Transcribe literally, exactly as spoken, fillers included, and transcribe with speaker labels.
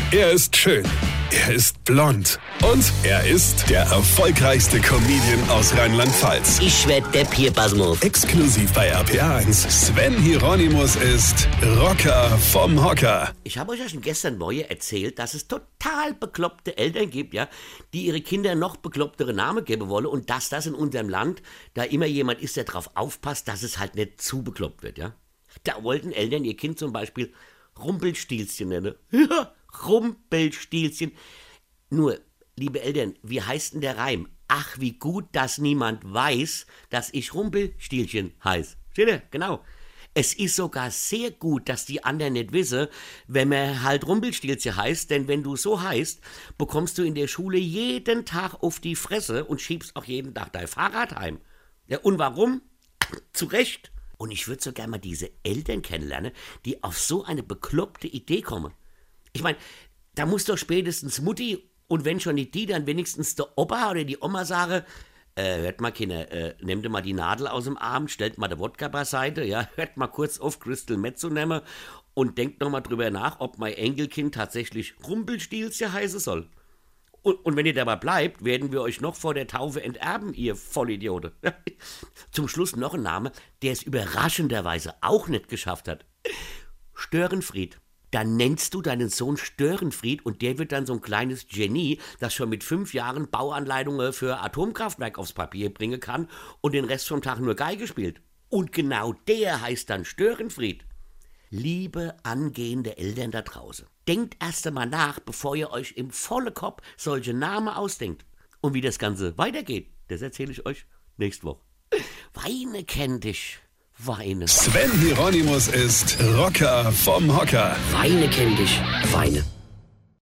Speaker 1: Er ist schön. Er ist blond. Und er ist der erfolgreichste Comedian aus Rheinland-Pfalz.
Speaker 2: Ich werd der Pierpasmus.
Speaker 1: Exklusiv bei R P A eins. Sven Hieronymus ist Rocker vom Hocker.
Speaker 2: Ich habe euch ja schon gestern Morgen erzählt, dass es total bekloppte Eltern gibt, ja, die ihre Kinder noch beklopptere Namen geben wollen und dass das in unserem Land da immer jemand ist, der darauf aufpasst, dass es halt nicht zu bekloppt wird, ja. Da wollten Eltern ihr Kind zum Beispiel Rumpelstilzchen nennen. Ja, Rumpelstilzchen. Nur, liebe Eltern, wie heißt denn der Reim? Ach, wie gut, dass niemand weiß, dass ich Rumpelstilzchen heiße. Steht ihr? Genau. Es ist sogar sehr gut, dass die anderen nicht wissen, wenn man halt Rumpelstilzchen heißt, denn wenn du so heißt, bekommst du in der Schule jeden Tag auf die Fresse und schiebst auch jeden Tag dein Fahrrad heim. Ja, und warum? Zu Recht. Und ich würde so gerne mal diese Eltern kennenlernen, die auf so eine bekloppte Idee kommen. Ich meine, da muss doch spätestens Mutti und wenn schon nicht die, dann wenigstens der Opa oder die Oma sagen, äh, hört mal Kinder, äh, nehmt mal die Nadel aus dem Arm, stellt mal der Wodka beiseite, ja, hört mal kurz auf Crystal Meth zu nehmen und denkt noch mal drüber nach, ob mein Enkelkind tatsächlich Rumpelstilzchen heißen soll. Und, und wenn ihr dabei bleibt, werden wir euch noch vor der Taufe enterben, ihr Vollidiote. Zum Schluss noch ein Name, der es überraschenderweise auch nicht geschafft hat. Störenfried. Dann nennst du deinen Sohn Störenfried und der wird dann so ein kleines Genie, das schon mit fünf Jahren Bauanleitungen für Atomkraftwerk aufs Papier bringen kann und den Rest vom Tag nur Geige spielt. Und genau der heißt dann Störenfried. Liebe angehende Eltern da draußen, denkt erst einmal nach, bevor ihr euch im vollen Kopf solche Namen ausdenkt. Und wie das Ganze weitergeht, das erzähle ich euch nächste Woche. Weine kennt dich. Weine.
Speaker 1: Sven Hieronymus ist Rocker vom Hocker.
Speaker 2: Weine kennt dich. Weine.